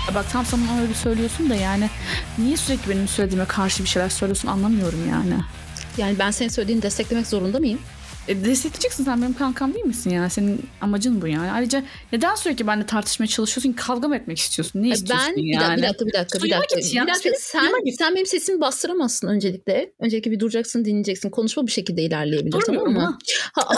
Bak tam sana öyle söylüyorsun da yani niye sürekli benim söylediğime karşı bir şeyler söylüyorsun anlamıyorum yani. Yani ben senin söylediğini desteklemek zorunda mıyım? Destekleyeceksin, sen benim kankam değil misin yani? Senin amacın bu yani. Ayrıca neden sürekli benimle tartışmaya çalışıyorsun? Kavga mı etmek istiyorsun? Ne istiyorsun yani? Bir dakika. Sen benim sesimi bastıramazsın öncelikle. Öncelikle bir duracaksın, dinleyeceksin. Konuşma bu şekilde ilerleyebilir. Durmuyorum tamam mı?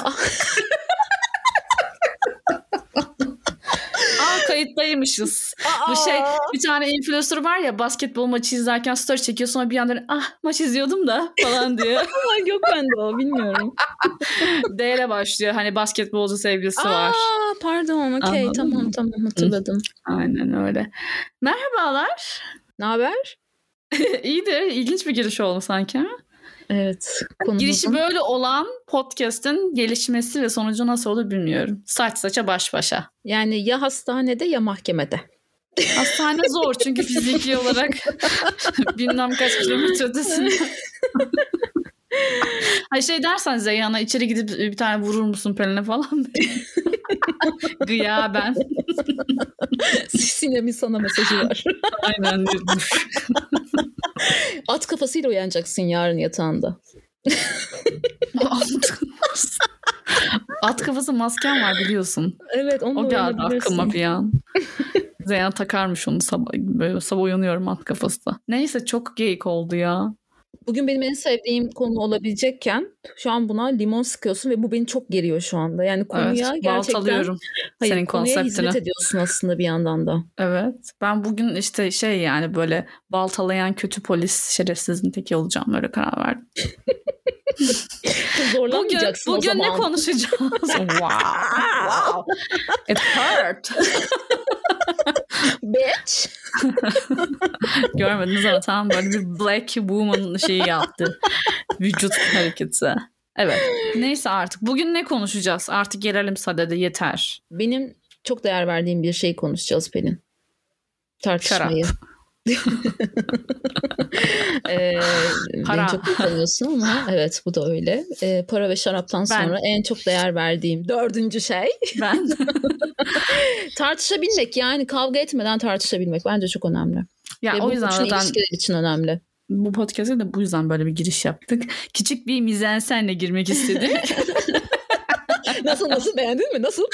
Kayıttaymışız. Bu bir tane influencer var ya, basketbol maçı izlerken story çekiyor, sonra bir yandan maç izliyordum da falan diyor. Yok bende o, bilmiyorum. D ile başlıyor, hani basketbolcu sevgilisi var. Pardon, okey, tamam hatırladım. Aynen öyle. Merhabalar. Ne haber? İyidir, ilginç bir giriş oldu sanki. Evet. Girişi böyle olan podcast'ın gelişmesi ve sonucu nasıl olur bilmiyorum. Saç saça baş başa. Yani ya hastanede ya mahkemede. Hastane zor çünkü fiziki olarak bilmem kaç kilometre ötesinde. Şey dersen Zeyhan'a içeri gidip bir tane vurur musun Pelin'e falan diye. Gıyaben. Sinem'in sana mesajı var. Aynen. At kafasıyla uyanacaksın yarın yatağında. At kafası masken var biliyorsun. Evet, onunla o geldi aklıma bir an. Zeyhan takarmış onu sabah uyanıyorum at kafası. Neyse, çok geyik oldu ya. Bugün benim en sevdiğim konu olabilecekken şu an buna limon sıkıyorsun ve bu beni çok geriyor şu anda. Yani konuya evet, gerçekten senin konuya hizmet ediyorsun aslında bir yandan da. Evet. Ben bugün işte yani böyle baltalayan kötü polis şerefsizin teki olacağım, öyle karar verdim. Zorlanmayacaksın bugün o zaman. Bugün ne konuşacağız? wow. It hurt. Bitch. Görmediniz ama tam böyle bir black woman şeyi yaptı. Vücut hareketi. Evet. Neyse artık. Bugün ne konuşacağız? Artık gelelim sadede, yeter. Benim çok değer verdiğim bir şey konuşacağız Pelin. Tartışmayı. Beni çok iyi tanıyorsun ama evet, bu da öyle. Para ve şaraptan sonra en çok değer verdiğim 4. şey. Ben. Tartışabilmek, yani kavga etmeden tartışabilmek bence çok önemli. Ya ve o yüzden zaten ilişkiler için önemli. Bu podcast'a da bu yüzden böyle bir giriş yaptık. Küçük bir mizensenle girmek istedik. Nasıl, beğendin mi? Nasıl?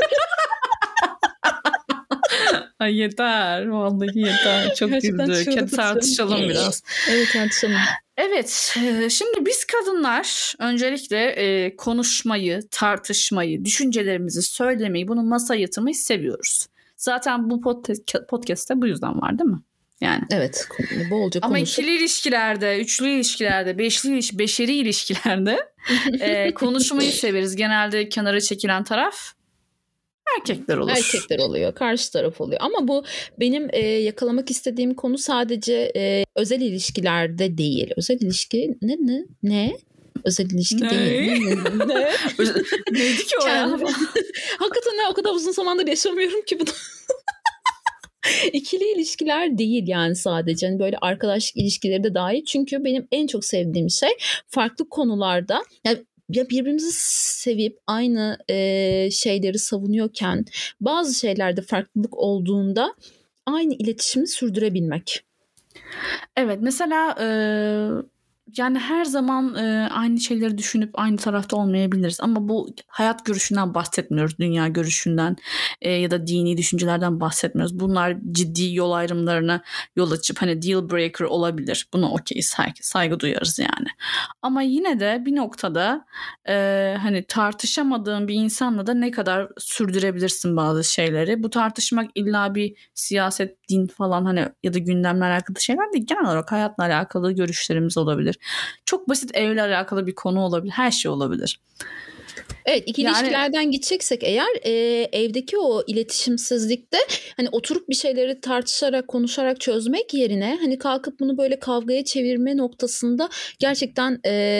Ay yeter. Vallahi yeter. Çok güldük. Hadi tartışalım biraz. Evet, tartışalım. Evet. Şimdi biz kadınlar öncelikle konuşmayı, tartışmayı, düşüncelerimizi söylemeyi, bunu masaya yatırmayı seviyoruz. Zaten bu podcast'te bu yüzden var değil mi? Yani. Evet. Bolca ama konuşup. ikili ilişkilerde, üçlü ilişkilerde, beşeri ilişkilerde konuşmayı severiz. Genelde kenara çekilen taraf erkekler olur. Erkekler oluyor. Karşı taraf oluyor. Ama bu benim yakalamak istediğim konu sadece özel ilişkilerde değil. Özel ilişki ne? Özel ilişki değil. Ne? Neydi ki o ya? Hakikaten o kadar uzun zamandır yaşamıyorum ki bunu. İkili ilişkiler değil yani sadece. Yani böyle arkadaşlık ilişkileri de dahil. Çünkü benim en çok sevdiğim şey farklı konularda ya birbirimizi sevip aynı şeyleri savunuyorken bazı şeylerde farklılık olduğunda aynı iletişimi sürdürebilmek. Evet, mesela yani her zaman aynı şeyleri düşünüp aynı tarafta olmayabiliriz. Ama bu hayat görüşünden bahsetmiyoruz. Dünya görüşünden ya da dini düşüncelerden bahsetmiyoruz. Bunlar ciddi yol ayrımlarına yol açıp hani deal breaker olabilir. Buna okeyiz, herkes saygı duyarız yani. Ama yine de bir noktada hani tartışamadığın bir insanla da ne kadar sürdürebilirsin bazı şeyleri. Bu tartışmak illa bir siyaset, din falan hani ya da gündemle alakalı şeyler değil. Genel olarak hayatla alakalı görüşlerimiz olabilir. Çok basit evle alakalı bir konu olabilir. Her şey olabilir. Evet, ikili ilişkilerden gideceksek eğer evdeki o iletişimsizlikte hani oturup bir şeyleri tartışarak, konuşarak çözmek yerine hani kalkıp bunu böyle kavgaya çevirme noktasında gerçekten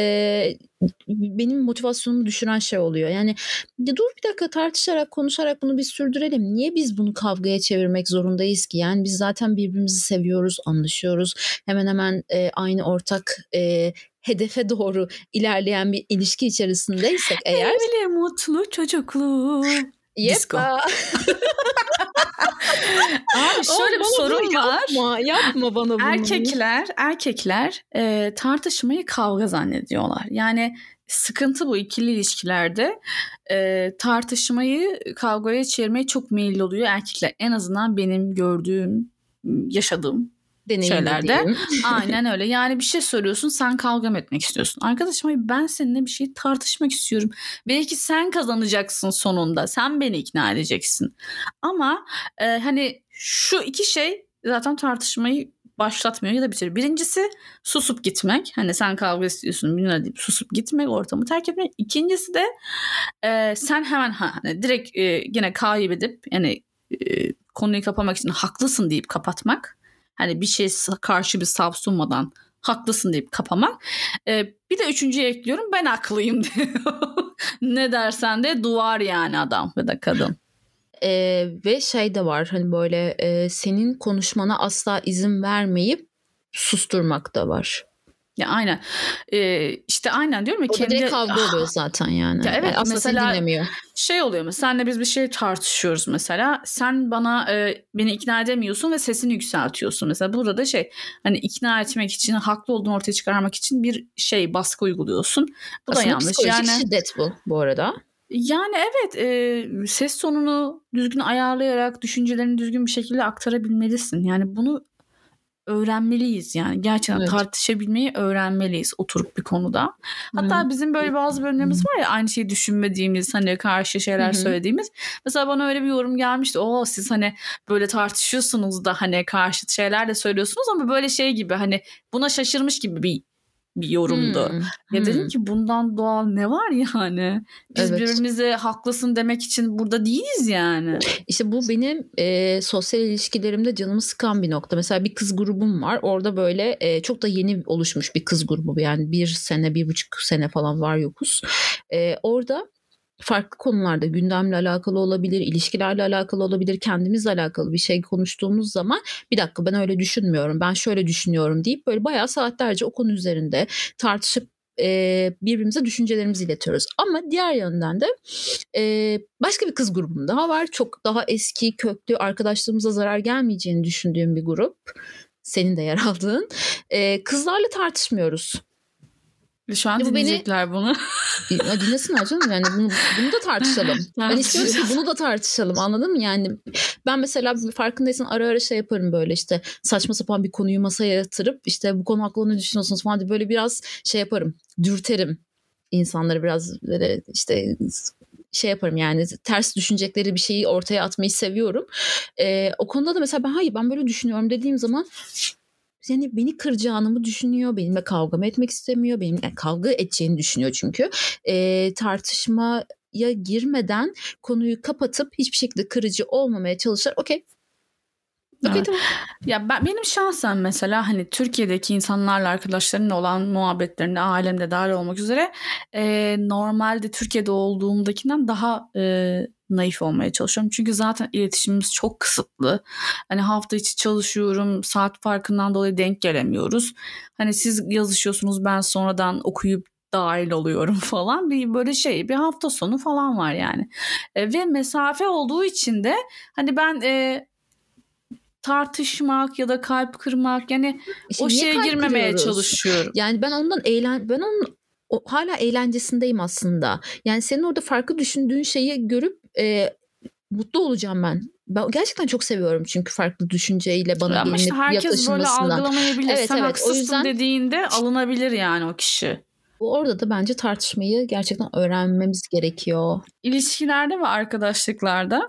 benim motivasyonumu düşüren şey oluyor. Yani dur bir dakika, tartışarak, konuşarak bunu bir sürdürelim. Niye biz bunu kavgaya çevirmek zorundayız ki? Yani biz zaten birbirimizi seviyoruz, anlaşıyoruz. Hemen hemen aynı ortak hedefe doğru ilerleyen bir ilişki içerisindeysek eğer. Evli, mutlu, çocuklu. Disco. Yeppa. Abi şöyle bir sorun var. Yapma bana bunu. Erkekler tartışmayı kavga zannediyorlar. Yani sıkıntı bu ikili ilişkilerde. Tartışmayı kavgaya çevirmeye çok meyilli oluyor erkekler. En azından benim gördüğüm, yaşadığım şeylerde. Aynen öyle. Yani bir şey söylüyorsun, sen kavga mı etmek istiyorsun? Arkadaşım hayır, ben seninle bir şey tartışmak istiyorum. Belki sen kazanacaksın sonunda. Sen beni ikna edeceksin. Ama hani şu iki şey zaten tartışmayı başlatmıyor ya da bitiriyor. Birincisi susup gitmek. Hani sen kavga istiyorsun bilmem deyip susup gitmek, ortamı terk etmek. İkincisi de sen hemen hani direkt yine kaybedip yani konuyu kapamak için haklısın deyip kapatmak. Hani bir şey karşı bir sav sunmadan haklısın deyip kapamak. Bir de üçüncüye ekliyorum, ben haklıyım diyor. Ne dersen de duvar yani adam ya da kadın. Ve şey de var hani böyle senin konuşmana asla izin vermeyip susturmak da var. Ya aynen. İşte aynen diyorum ya. O da direkt kavga oluyor zaten yani. Ya evet, yani aslında mesela seni dinlemiyor. Şey oluyor mu? Senle biz bir şey tartışıyoruz mesela. Sen bana beni ikna edemiyorsun ve sesini yükseltiyorsun. Mesela burada da hani ikna etmek için, haklı olduğunu ortaya çıkarmak için bir baskı uyguluyorsun. Bu aslında da yanlış. Psikolojik şiddet bu arada. Yani evet, ses tonunu düzgün ayarlayarak düşüncelerini düzgün bir şekilde aktarabilmelisin. Yani bunu öğrenmeliyiz yani. Gerçekten tartışabilmeyi öğrenmeliyiz oturup bir konuda. Hatta bizim böyle bazı bölümlerimiz var ya, aynı şeyi düşünmediğimiz, hani karşı şeyler söylediğimiz. Mesela bana öyle bir yorum gelmişti. Siz hani böyle tartışıyorsunuz da hani karşıt şeyler de söylüyorsunuz ama böyle şey gibi, hani buna şaşırmış gibi bir yorumdu. Ya dedim ki bundan doğal ne var yani? Biz birbirimize haklısın demek için burada değiliz yani. İşte bu benim sosyal ilişkilerimde canımı sıkan bir nokta. Mesela bir kız grubum var. Orada böyle çok da yeni oluşmuş bir kız grubu. Yani 1,5 sene falan var yokuz. Orada farklı konularda gündemle alakalı olabilir, ilişkilerle alakalı olabilir, kendimizle alakalı bir şey konuştuğumuz zaman bir dakika ben öyle düşünmüyorum, ben şöyle düşünüyorum deyip böyle bayağı saatlerce o konu üzerinde tartışıp birbirimize düşüncelerimizi iletiyoruz. Ama diğer yönden de başka bir kız grubum daha var. Çok daha eski, köklü, arkadaşlığımıza zarar gelmeyeceğini düşündüğüm bir grup. Senin de yer aldığın. Kızlarla tartışmıyoruz. Şu an dinleyecekler bunu. Dinlesinler canım, yani bunu da tartışalım. Ben istiyorum ki bunu da tartışalım, anladın mı? Yani ben mesela farkındaysan ara ara şey yaparım, böyle işte saçma sapan bir konuyu masaya yatırıp işte bu konu hakkında ne düşünüyorsunuz falan diye böyle biraz şey yaparım, dürterim insanları, biraz böyle işte şey yaparım yani, ters düşünecekleri bir şeyi ortaya atmayı seviyorum. O konuda da mesela ben böyle düşünüyorum dediğim zaman yani beni kıracağını mı düşünüyor, benimle kavga mı etmek istemiyor, benimle kavga edeceğini düşünüyor çünkü. Tartışmaya girmeden konuyu kapatıp hiçbir şekilde kırıcı olmamaya çalışır. Okey. Evet. Tamam. Ya benim şahsen mesela hani Türkiye'deki insanlarla, arkadaşlarımla olan muhabbetlerinde, ailemde dahil olmak üzere normalde Türkiye'de olduğumdakinden daha naif olmaya çalışıyorum. Çünkü zaten iletişimimiz çok kısıtlı. Hani hafta içi çalışıyorum, saat farkından dolayı denk gelemiyoruz. Hani siz yazışıyorsunuz, ben sonradan okuyup dahil oluyorum falan, bir böyle bir hafta sonu falan var yani. Ve mesafe olduğu için de hani ben tartışmak ya da kalp kırmak, yani işte o şeye girmemeye çalışıyorum. Yani ben onun hala eğlencesindeyim aslında. Yani senin orada farklı düşündüğün şeyi görüp mutlu olacağım ben. Ben gerçekten çok seviyorum çünkü farklı düşünceyle bana gelinip işte herkes yaklaşılmasından. böyle algılamayabilir. Evet, sen haksızsın o yüzden dediğinde alınabilir yani o kişi. Orada da bence tartışmayı gerçekten öğrenmemiz gerekiyor. İlişkilerde ve arkadaşlıklarda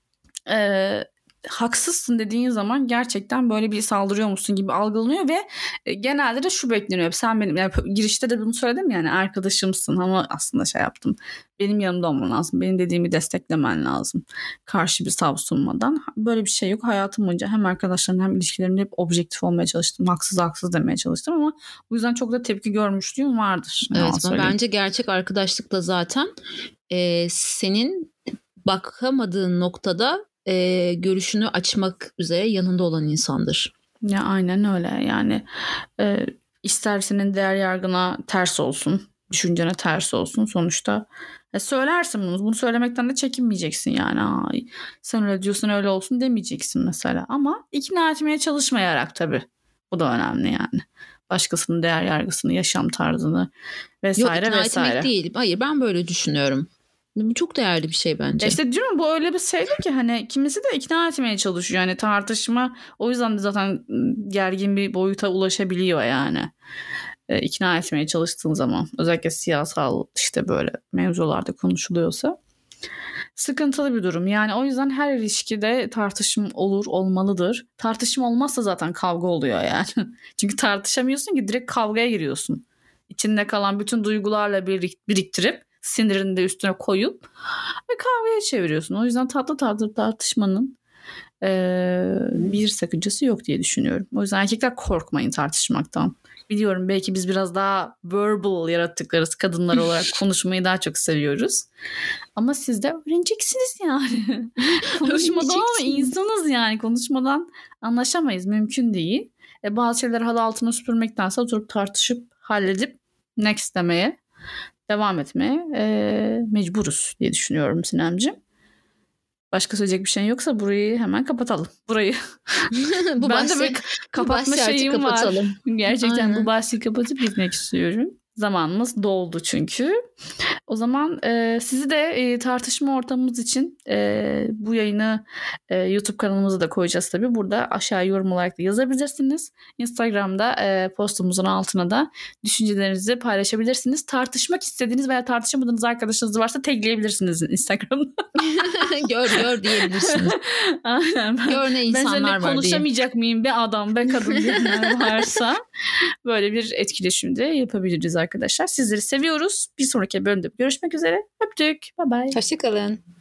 haksızsın dediğin zaman gerçekten böyle bir saldırıyormuşsun gibi algılanıyor ve genelde de şu bekleniyor. Sen benim, yani girişte de bunu söyledim, yani arkadaşımsın ama aslında yaptım. Benim yanımda olman lazım. Benim dediğimi desteklemen lazım. Karşı bir sav sunmadan. Böyle bir şey yok. Hayatım boyunca hem arkadaşlarımla hem ilişkilerimde hep objektif olmaya çalıştım. Haksız demeye çalıştım ama bu yüzden çok da tepki görmüşlüğüm vardır. Evet, bence gerçek arkadaşlık da zaten senin bakamadığın noktada görüşünü açmak üzere yanında olan insandır. Ya aynen öyle yani, ister senin değer yargına ters olsun, düşüncene ters olsun, sonuçta Söylersin bunu. Bunu söylemekten de çekinmeyeceksin yani. Ay, sen öyle diyorsun öyle olsun demeyeceksin mesela. Ama ikna etmeye çalışmayarak tabii. Bu da önemli yani. Başkasının değer yargısını, yaşam tarzını vesaire Yok, ikna vesaire. etmek değil. Hayır, ben böyle düşünüyorum. Bu çok değerli bir şey bence. İşte diyorum, bu öyle bir şeydi ki hani kimisi de ikna etmeye çalışıyor. Yani tartışma o yüzden de zaten gergin bir boyuta ulaşabiliyor yani. İkna etmeye çalıştığın zaman, özellikle siyasal işte böyle mevzularda konuşuluyorsa sıkıntılı bir durum. Yani o yüzden her ilişkide tartışım olur, olmalıdır. Tartışım olmazsa zaten kavga oluyor yani. Çünkü tartışamıyorsun ki, direkt kavgaya giriyorsun. İçinde kalan bütün duygularla biriktirip sinirini de üstüne koyup ve kavgaya çeviriyorsun. O yüzden tatlı tatlı tartışmanın bir sakıncası yok diye düşünüyorum. O yüzden erkekler korkmayın tartışmaktan. Biliyorum belki biz biraz daha verbal yarattıklarız kadınlar olarak konuşmayı daha çok seviyoruz. Ama siz de öğreneceksiniz yani. Konuşmadan ama insanız yani. Konuşmadan anlaşamayız. Mümkün değil. Bazı şeyleri halı altına süpürmektense oturup tartışıp halledip next demeye devam etmeye mecburuz diye düşünüyorum Sinemciğim. Başka söyleyecek bir şey yoksa burayı hemen kapatalım. Burayı. Ben de bir kapatma şeyim var. Gerçekten aynen. Bu bahsi kapatıp gitmek istiyorum. Zamanımız doldu çünkü. O zaman sizi de tartışma ortamımız için bu yayını YouTube kanalımıza da koyacağız tabii. Burada aşağı yorum olarak da yazabilirsiniz. Instagram'da postumuzun altına da düşüncelerinizi paylaşabilirsiniz. Tartışmak istediğiniz veya tartışamadığınız arkadaşınız varsa tagleyebilirsiniz Instagram'da. gör diyebilirsiniz. Aynen. Gör ne insanlar var diye. Konuşamayacak mıyım be adam be kadın diyenler varsa böyle bir etkileşim de yapabiliriz arkadaşlar. Sizleri seviyoruz. Bir sonraki bölümde görüşmek üzere. Öptük. Bye bye. Hoşçakalın.